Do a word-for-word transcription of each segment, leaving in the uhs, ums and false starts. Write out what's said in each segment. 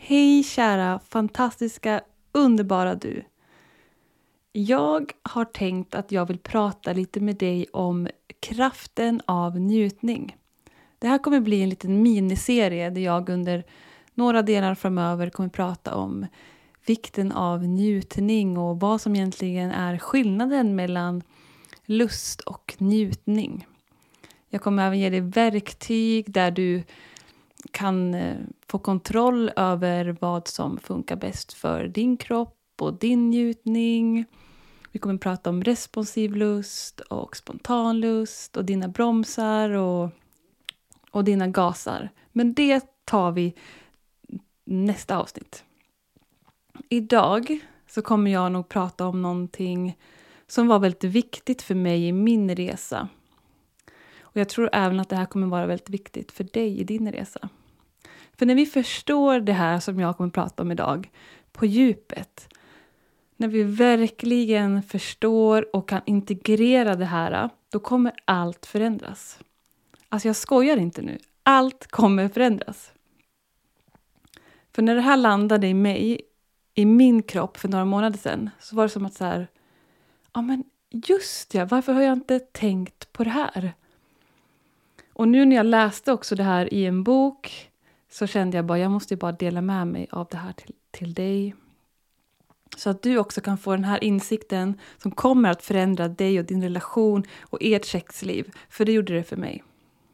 Hej kära, fantastiska, underbara du. Jag har tänkt att jag vill prata lite med dig om kraften av njutning. Det här kommer bli en liten miniserie där jag under några delar framöver kommer prata om vikten av njutning och vad som egentligen är skillnaden mellan lust och njutning. Jag kommer även ge dig verktyg där du kan få kontroll över vad som funkar bäst för din kropp och din njutning. Vi kommer prata om responsiv lust och spontan lust och dina bromsar och, och dina gasar. Men det tar vi nästa avsnitt. Idag så kommer jag nog prata om någonting som var väldigt viktigt för mig i min resa. Och jag tror även att det här kommer vara väldigt viktigt för dig i din resa. För när vi förstår det här som jag kommer prata om idag på djupet, när vi verkligen förstår och kan integrera det här, då kommer allt förändras. Alltså jag skojar inte nu. Allt kommer förändras. För när det här landade i mig, i min kropp för några månader sedan, så var det som att så här, ja men just ja, varför har jag inte tänkt på det här? Och nu när jag läste också det här i en bok, så kände jag bara, jag måste bara dela med mig av det här till, till dig. Så att du också kan få den här insikten som kommer att förändra dig och din relation och ert sexliv. För det gjorde det för mig.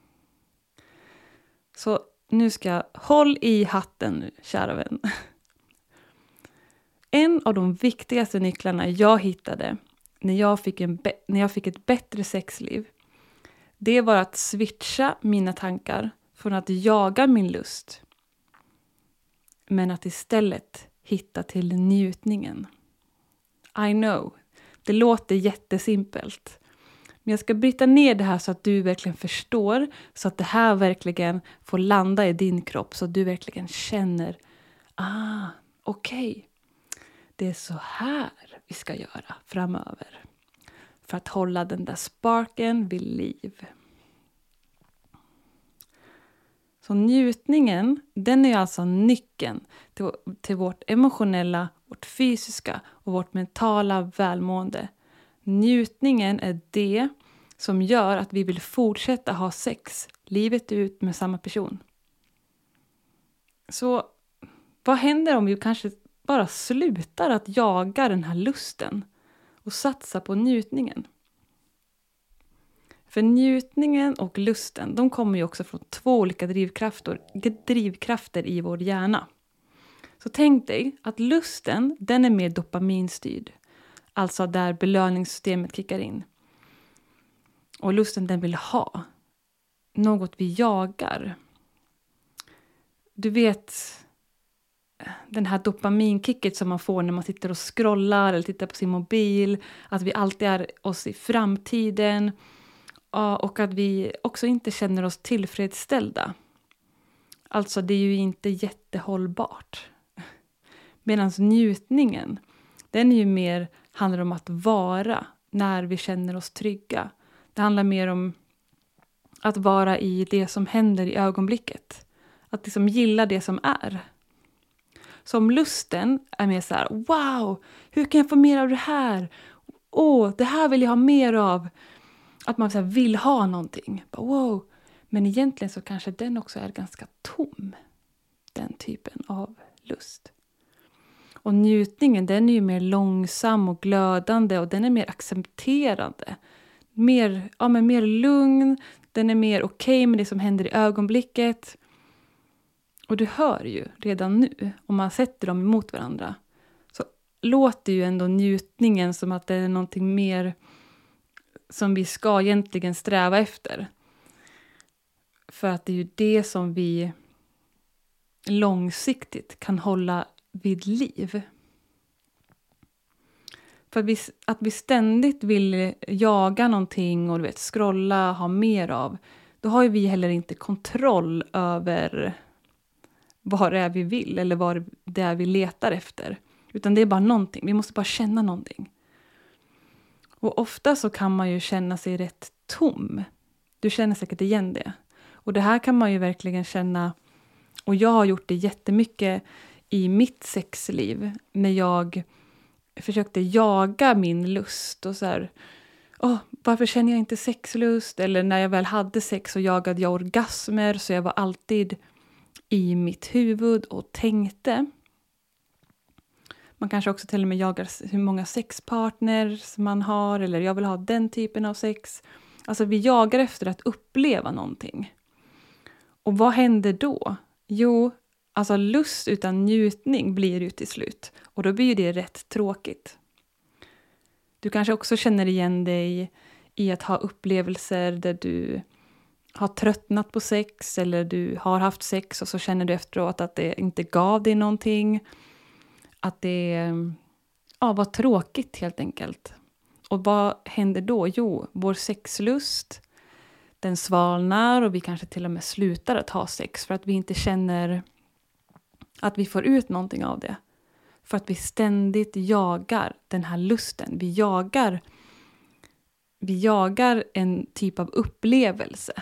Så nu ska jag, håll i hatten nu, kära vän. En av de viktigaste nycklarna jag hittade när jag fick, en, när jag fick ett bättre sexliv, det var att switcha mina tankar från att jaga min lust, men att istället hitta till njutningen. I know, det låter jättesimpelt. Men jag ska bryta ner det här så att du verkligen förstår, så att det här verkligen får landa i din kropp, så att du verkligen känner, ah, okej, okay. Det är så här vi ska göra framöver. För att hålla den där sparken vid liv. Så njutningen, den är alltså nyckeln till, till vårt emotionella, vårt fysiska och vårt mentala välmående. Njutningen är det som gör att vi vill fortsätta ha sex livet ut med samma person. Så vad händer om vi kanske bara slutar att jaga den här lusten och satsa på njutningen? För njutningen och lusten, de kommer ju också från två olika drivkrafter, drivkrafter i vår hjärna. Så tänk dig att lusten, den är mer dopaminstyrd. Alltså där belöningssystemet kickar in. Och lusten, den vill ha något vi jagar. Du vet den här dopaminkicket som man får när man sitter och scrollar eller tittar på sin mobil. Att vi alltid är oss i framtiden. Och att vi också inte känner oss tillfredsställda. Alltså det är ju inte jättehållbart. Medan njutningen, den är ju mer, handlar om att vara när vi känner oss trygga. Det handlar mer om att vara i det som händer i ögonblicket. Att liksom gilla det som är. Som lusten är mer så här, wow, hur kan jag få mer av det här? Åh, det här vill jag ha mer av. Att man så här vill ha någonting. Wow. Men egentligen så kanske den också är ganska tom. Den typen av lust. Och njutningen, den är ju mer långsam och glödande. Och den är mer accepterande. Mer, ja, men mer lugn. Den är mer okej med det som händer i ögonblicket. Och du hör ju redan nu. Om man sätter dem emot varandra. Så låter ju ändå njutningen som att det är någonting mer som vi ska egentligen sträva efter. För att det är ju det som vi långsiktigt kan hålla vid liv. För att vi, att vi ständigt vill jaga någonting och du vet, scrolla, ha mer av. Då har ju vi heller inte kontroll över vad det är vi vill eller vad det är vi letar efter. Utan det är bara någonting, vi måste bara känna någonting. Och ofta så kan man ju känna sig rätt tom. Du känner säkert igen det. Och det här kan man ju verkligen känna. Och jag har gjort det jättemycket i mitt sexliv när jag försökte jaga min lust och så här, åh, varför känner jag inte sexlust? Eller när jag väl hade sex så jagade jag orgasmer, så jag var alltid i mitt huvud och tänkte. Man kanske också till och med jagar hur många sexpartners man har, eller jag vill ha den typen av sex. Alltså vi jagar efter att uppleva någonting. Och vad händer då? Jo, alltså lust utan njutning blir ju till slut. Och då blir ju det rätt tråkigt. Du kanske också känner igen dig i att ha upplevelser där du har tröttnat på sex, eller du har haft sex och så känner du efteråt att det inte gav dig någonting. Att det ja, var tråkigt helt enkelt. Och vad händer då? Jo, vår sexlust, den svalnar och vi kanske till och med slutar att ha sex för att vi inte känner att vi får ut någonting av det. För att vi ständigt jagar den här lusten. Vi jagar, vi jagar en typ av upplevelse.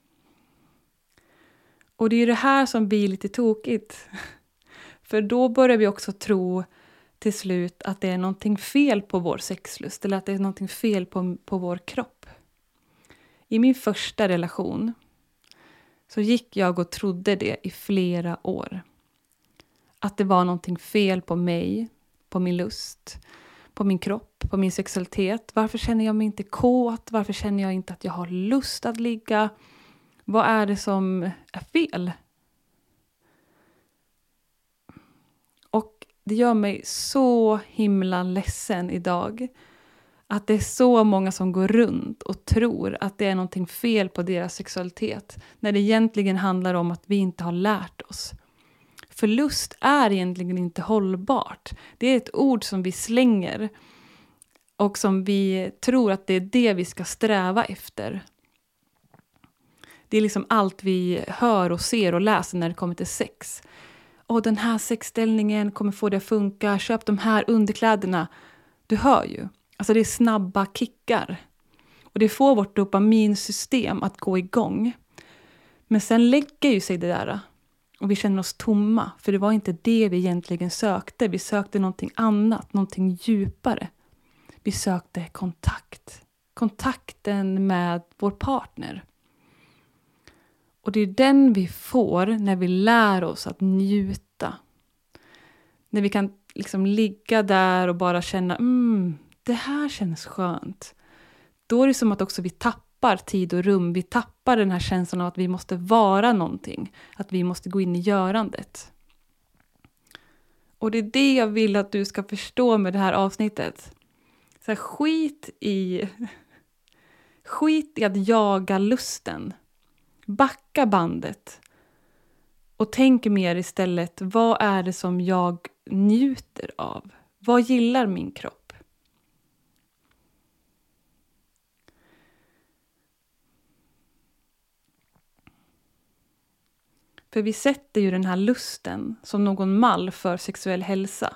Och det är det här som blir lite tokigt. För då börjar vi också tro till slut att det är någonting fel på vår sexlust. Eller att det är någonting fel på, på vår kropp. I min första relation så gick jag och trodde det i flera år. Att det var någonting fel på mig, på min lust, på min kropp, på min sexualitet. Varför känner jag mig inte kåt? Varför känner jag inte att jag har lust att ligga? Vad är det som är fel? Och det gör mig så himla ledsen idag. Att det är så många som går runt och tror att det är någonting fel på deras sexualitet. När det egentligen handlar om att vi inte har lärt oss. För lust är egentligen inte hållbart. Det är ett ord som vi slänger. Och som vi tror att det är det vi ska sträva efter. Det är liksom allt vi hör och ser och läser när det kommer till sex. Och den här sexställningen kommer få det att funka. Köp de här underkläderna. Du hör ju. Alltså det är snabba kickar. Och det får vårt dopaminsystem att gå igång. Men sen lägger ju sig det där. Och vi känner oss tomma. För det var inte det vi egentligen sökte. Vi sökte någonting annat. Någonting djupare. Vi sökte kontakt. Kontakten med vår partner. Och det är den vi får när vi lär oss att njuta. När vi kan liksom ligga där och bara känna, mm, det här känns skönt. Då är det som att också vi tappar tid och rum. Vi tappar den här känslan av att vi måste vara någonting. Att vi måste gå in i görandet. Och det är det jag vill att du ska förstå med det här avsnittet. Så här, skit i, skit i att jaga lusten. Backa bandet. Och tänk mer istället, vad är det som jag njuter av? Vad gillar min kropp? För vi sätter ju den här lusten som någon mall för sexuell hälsa.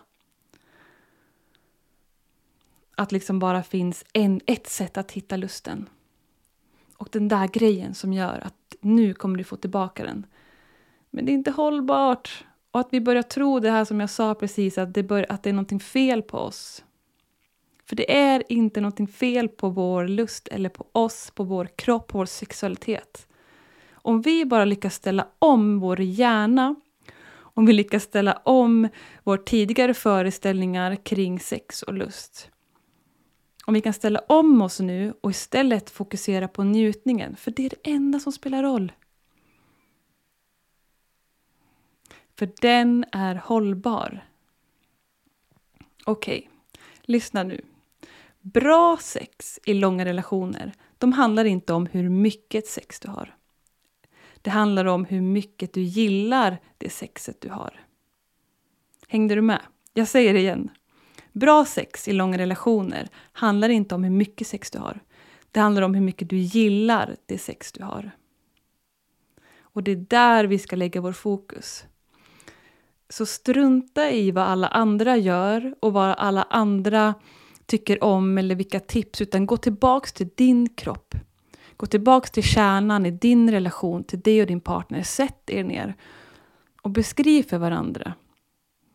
Att liksom bara finns en, ett sätt att hitta lusten. Och den där grejen som gör att nu kommer du få tillbaka den. Men det är inte hållbart. Och att vi börjar tro det här som jag sa precis. Att det, bör, att det är någonting fel på oss. För det är inte någonting fel på vår lust. Eller på oss, på vår kropp, på vår sexualitet. Om vi bara lyckas ställa om vår hjärna. Om vi lyckas ställa om våra tidigare föreställningar kring sex och lust. Om vi kan ställa om oss nu och istället fokusera på njutningen. För det är det enda som spelar roll. För den är hållbar. Okej, okay. Lyssna nu. Bra sex i långa relationer, de handlar inte om hur mycket sex du har. Det handlar om hur mycket du gillar det sexet du har. Hängde du med? Jag säger det igen. Bra sex i långa relationer handlar inte om hur mycket sex du har. Det handlar om hur mycket du gillar det sex du har. Och det är där vi ska lägga vår fokus. Så strunta i vad alla andra gör och vad alla andra tycker om eller vilka tips. Utan gå tillbaks till din kropp. Gå tillbaks till kärnan i din relation till dig och din partner. Sätt er ner och beskriv för varandra.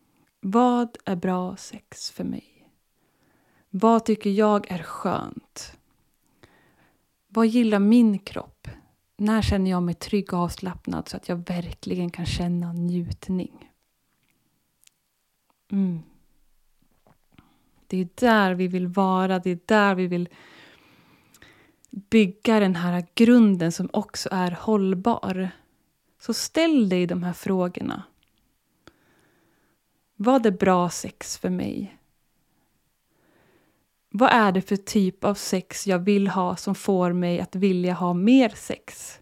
Vad är bra sex för mig? Vad tycker jag är skönt? Vad gillar min kropp? När känner jag mig trygg och avslappnad så att jag verkligen kan känna njutning? Mm. Det är där vi vill vara. Det är där vi vill bygga den här grunden som också är hållbar. Så ställ dig de här frågorna. Vad är bra sex för mig? Vad är det för typ av sex jag vill ha som får mig att vilja ha mer sex?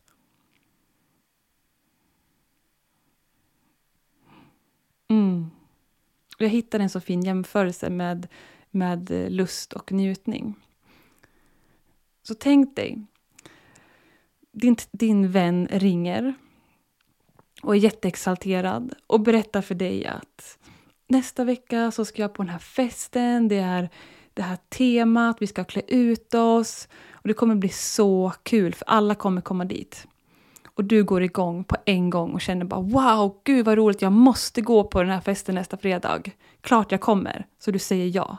Mm. Jag hittade en så fin jämförelse med, med lust och njutning. Så tänk dig, din, din vän ringer och är jätteexalterad och berättar för dig att nästa vecka så ska jag på den här festen, det är det här temat, vi ska klä ut oss och det kommer bli så kul för alla kommer komma dit. Och du går igång på en gång och känner bara wow, gud vad roligt, jag måste gå på den här festen nästa fredag. Klart jag kommer, så du säger ja.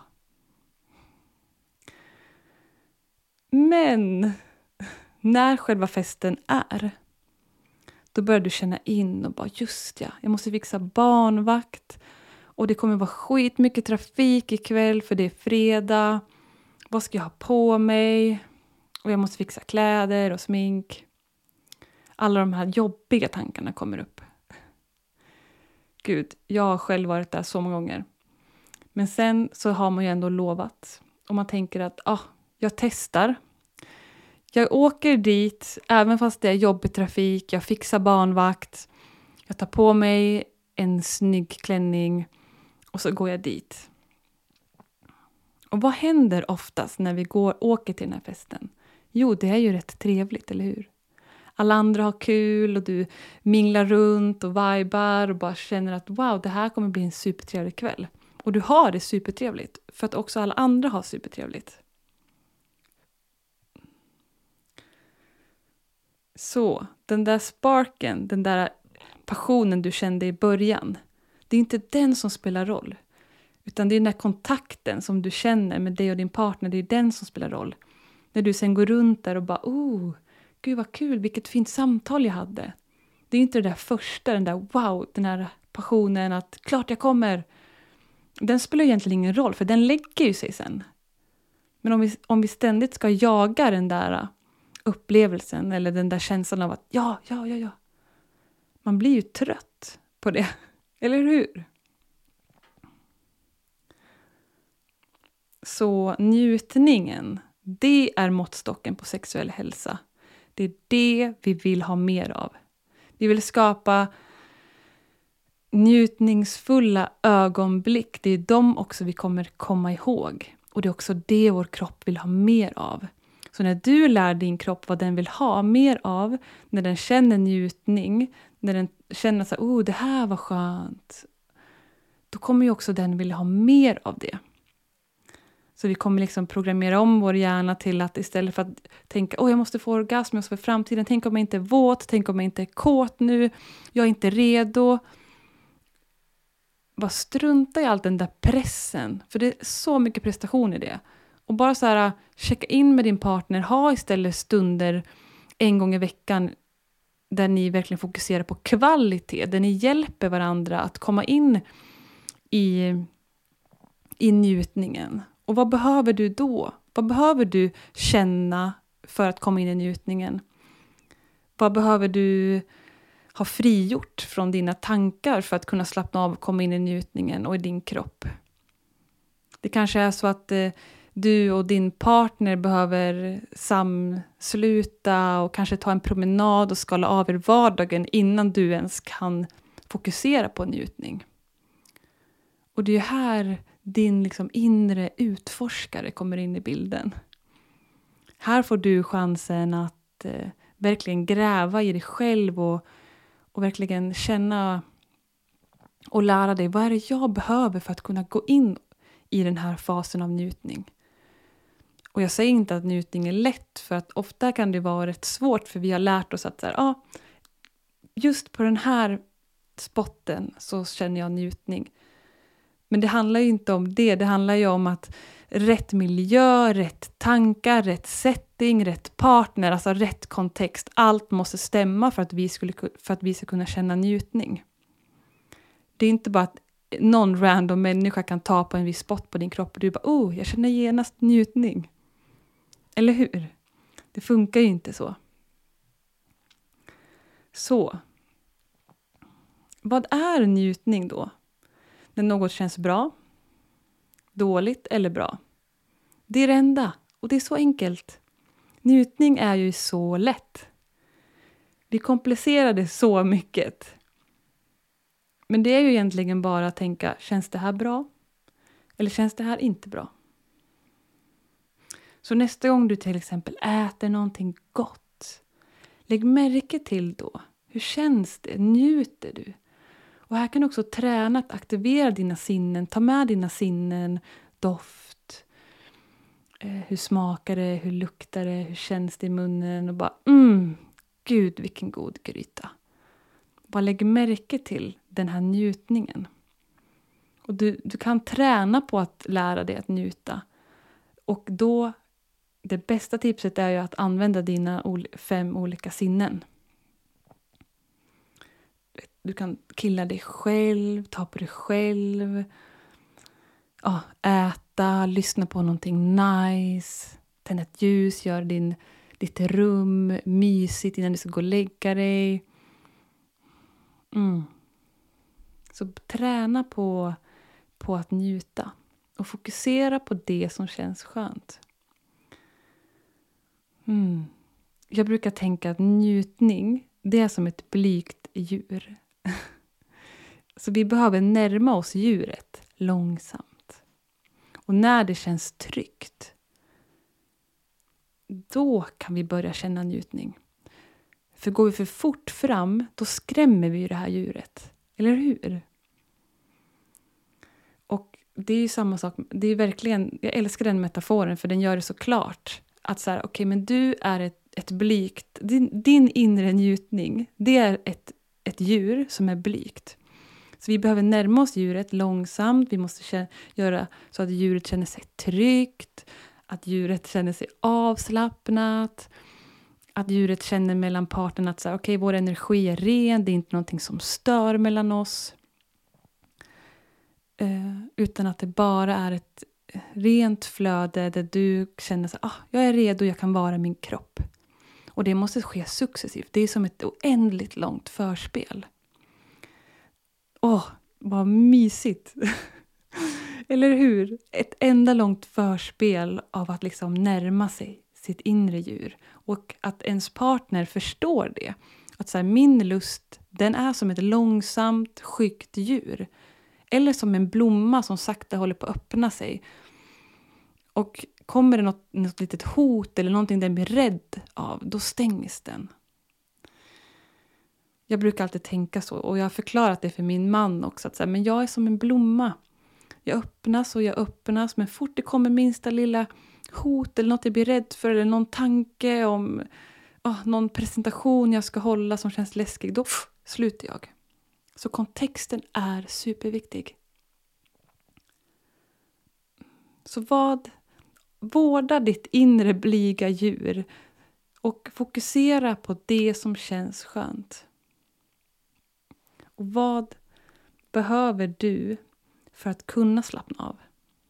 Men när själva festen är, då börjar du känna in och bara just ja, jag måste fixa barnvakt. Och det kommer vara skitmycket trafik ikväll för det är fredag. Vad ska jag ha på mig? Och jag måste fixa kläder och smink. Alla de här jobbiga tankarna kommer upp. Gud, jag har själv varit där så många gånger. Men sen så har man ju ändå lovat. Och man tänker att ah, jag testar. Jag åker dit även fast det är jobbig trafik. Jag fixar barnvakt. Jag tar på mig en snygg klänning. Och så går jag dit. Och vad händer oftast när vi går, åker till den här festen? Jo, det är ju rätt trevligt, eller hur? Alla andra har kul och du minglar runt och vibar och bara känner att wow, det här kommer bli en supertrevlig kväll. Och du har det supertrevligt för att också alla andra har supertrevligt. Så, den där sparken, den där passionen du kände i början, det är inte den som spelar roll. Utan det är den där kontakten som du känner med dig och din partner, det är den som spelar roll. När du sen går runt där och bara, oh, gud vad kul, vilket fint samtal jag hade. Det är inte det där första, den där wow, den här passionen att klart jag kommer. Den spelar egentligen ingen roll, för den lägger ju sig sen. Men om vi, om vi ständigt ska jaga den där upplevelsen eller den där känslan av att ja, ja, ja, ja. Man blir ju trött på det, eller hur? Så njutningen, det är måttstocken på sexuell hälsa. Det är det vi vill ha mer av. Vi vill skapa njutningsfulla ögonblick. Det är de också vi kommer komma ihåg. Och det är också det vår kropp vill ha mer av. Så när du lär din kropp vad den vill ha mer av, när den känner njutning, när den känner så här, oh, det här var skönt, då kommer ju också den vilja ha mer av det. Så vi kommer liksom programmera om vår hjärna till att istället för att tänka, åh, jag måste få orgasm, jag måste få framtiden, tänk om jag inte är våt, tänk om jag inte är kåt nu, jag är inte redo. Bara strunta i all den där pressen, för det är så mycket prestation i det. Och bara så här, checka in med din partner, ha istället stunder en gång i veckan där ni verkligen fokuserar på kvalitet, där ni hjälper varandra att komma in i, i njutningen. Och vad behöver du då? Vad behöver du känna för att komma in i njutningen? Vad behöver du ha frigjort från dina tankar för att kunna slappna av och komma in i njutningen och i din kropp? Det kanske är så att eh, du och din partner behöver samsluta och kanske ta en promenad och skala av er vardagen innan du ens kan fokusera på njutning. Och det är här din liksom inre utforskare kommer in i bilden. Här får du chansen att eh, verkligen gräva i dig själv och, och verkligen känna och lära dig, vad är det jag behöver för att kunna gå in i den här fasen av njutning. Och jag säger inte att njutning är lätt, för att ofta kan det vara rätt svårt, för vi har lärt oss att så här, ah, just på den här spotten så känner jag njutning. Men det handlar ju inte om det. Det handlar ju om att rätt miljö, rätt tankar, rätt setting, rätt partner, alltså rätt kontext. Allt måste stämma för att vi, skulle, för att vi ska kunna känna njutning. Det är inte bara att någon random människa kan ta på en viss spot på din kropp och du bara, oh, jag känner genast njutning. Eller hur? Det funkar ju inte så. Så. Vad är njutning då? När något känns bra, dåligt eller bra. Det är det enda. Och det är så enkelt. Njutning är ju så lätt. Vi komplicerar det så mycket. Men det är ju egentligen bara att tänka, känns det här bra? Eller känns det här inte bra? Så nästa gång du till exempel äter någonting gott, lägg märke till då. Hur känns det? Njuter du? Och här kan du också träna att aktivera dina sinnen. Ta med dina sinnen, doft. Eh, hur smakar det? Hur luktar det? Hur känns det i munnen? Och bara, mm, gud vilken god gryta. Bara lägg märke till den här njutningen. Och du, du kan träna på att lära dig att njuta. Och då, det bästa tipset är ju att använda dina ol- fem olika sinnen. Du kan killa dig själv, ta på dig själv. Ja, äta, lyssna på någonting nice. Tända ett ljus, gör din, ditt rum mysigt innan du ska gå och lägga dig. Mm. Så träna på, på att njuta. Och fokusera på det som känns skönt. Mm. Jag brukar tänka att njutning, det är som ett blygt djur. Så vi behöver närma oss djuret långsamt. Och när det känns tryggt, då kan vi börja känna njutning. För går vi för fort fram, då skrämmer vi det här djuret. Eller hur? Och det är ju samma sak. Det är verkligen, jag älskar den metaforen för den gör det så klart. Att så här, okej, okay, men du är ett, ett blygt, din, din inre njutning, det är ett, ett djur som är blygt. Så vi behöver närma oss djuret långsamt. Vi måste känna, göra så att djuret känner sig tryggt. Att djuret känner sig avslappnat. Att djuret känner mellan parterna att så här, okej, vår energi är ren. Det är inte någonting som stör mellan oss. Uh, utan att det bara är ett rent flöde där du känner att ah, jag är redo, jag kan vara min kropp. Och det måste ske successivt. Det är som ett oändligt långt förspel. Åh, oh, vad mysigt. Eller hur? Ett enda långt förspel av att liksom närma sig sitt inre djur. Och att ens partner förstår det. Att så här, min lust, den är som ett långsamt, skyggt djur. Eller som en blomma som sakta håller på att öppna sig. Och kommer det något, något litet hot eller någonting den blir rädd av, då stängs den. Jag brukar alltid tänka så. Och jag har förklarat det för min man också. Att så här, men jag är som en blomma. Jag öppnas och jag öppnas. Men fort det kommer minsta lilla hot eller något jag blir rädd för. Eller någon tanke om oh, någon presentation jag ska hålla som känns läskig. Då pff, slutar jag. Så kontexten är superviktig. Så vad? Vårda ditt inre blyga djur. Och fokusera på det som känns skönt. Och vad behöver du för att kunna slappna av?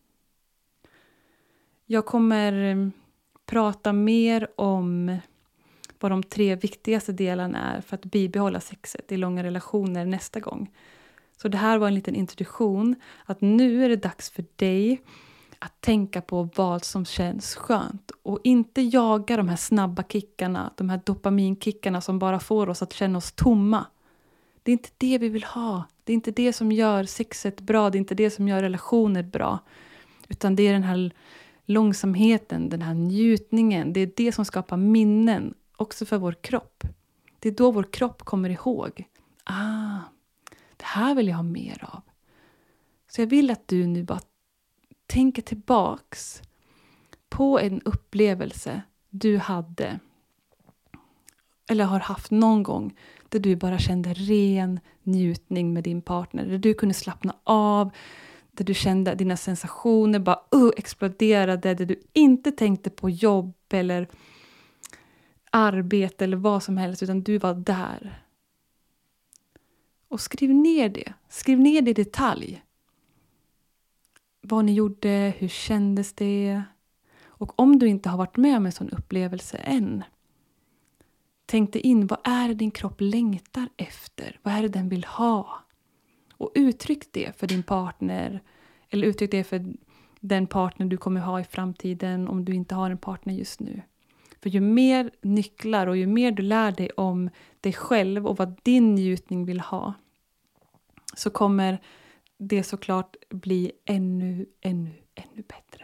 Jag kommer prata mer om vad de tre viktigaste delarna är för att bibehålla sexet i långa relationer nästa gång. Så det här var en liten introduktion. Att nu är det dags för dig att tänka på vad som känns skönt. Och inte jaga de här snabba kickarna, de här dopaminkickarna som bara får oss att känna oss tomma. Det är inte det vi vill ha. Det är inte det som gör sexet bra. Det är inte det som gör relationer bra. Utan det är den här långsamheten, den här njutningen. Det är det som skapar minnen. Också för vår kropp. Det är då vår kropp kommer ihåg. Ah, det här vill jag ha mer av. Så jag vill att du nu bara tänker tillbaks på en upplevelse du hade. Eller har haft någon gång. Där du bara kände ren njutning med din partner. Där du kunde slappna av. Där du kände att dina sensationer bara uh, exploderade. Där du inte tänkte på jobb eller arbete eller vad som helst. Utan du var där. Och skriv ner det. Skriv ner det i detalj. Vad ni gjorde, hur kändes det? Och om du inte har varit med om en sån upplevelse än. Tänk dig in, vad är det din kropp längtar efter? Vad är det den vill ha? Och uttryck det för din partner. Eller uttryck det för den partner du kommer ha i framtiden om du inte har en partner just nu. För ju mer nycklar och ju mer du lär dig om dig själv och vad din njutning vill ha. Så kommer det såklart bli ännu, ännu, ännu bättre.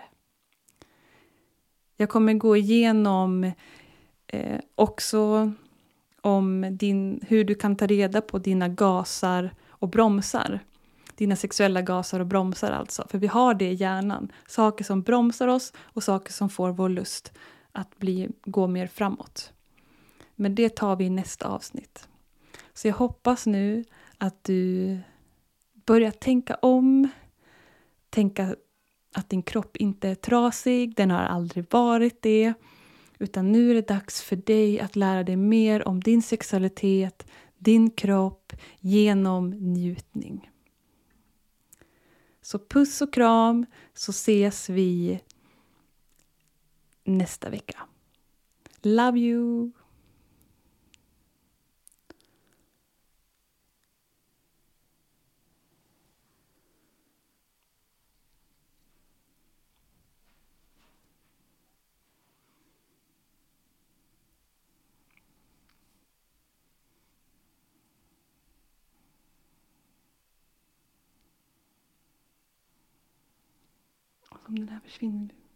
Jag kommer gå igenom eh, också om din, hur du kan ta reda på dina gasar och bromsar. Dina sexuella gasar och bromsar alltså. För vi har det i hjärnan. Saker som bromsar oss och saker som får vår lust att bli, gå mer framåt. Men det tar vi i nästa avsnitt. Så jag hoppas nu att du börjar tänka om. Tänka att din kropp inte är trasig. Den har aldrig varit det. Utan nu är det dags för dig att lära dig mer om din sexualitet, din kropp genom njutning. Så puss och kram, så ses vi nästa vecka. Love you! Om den här försvinner nu.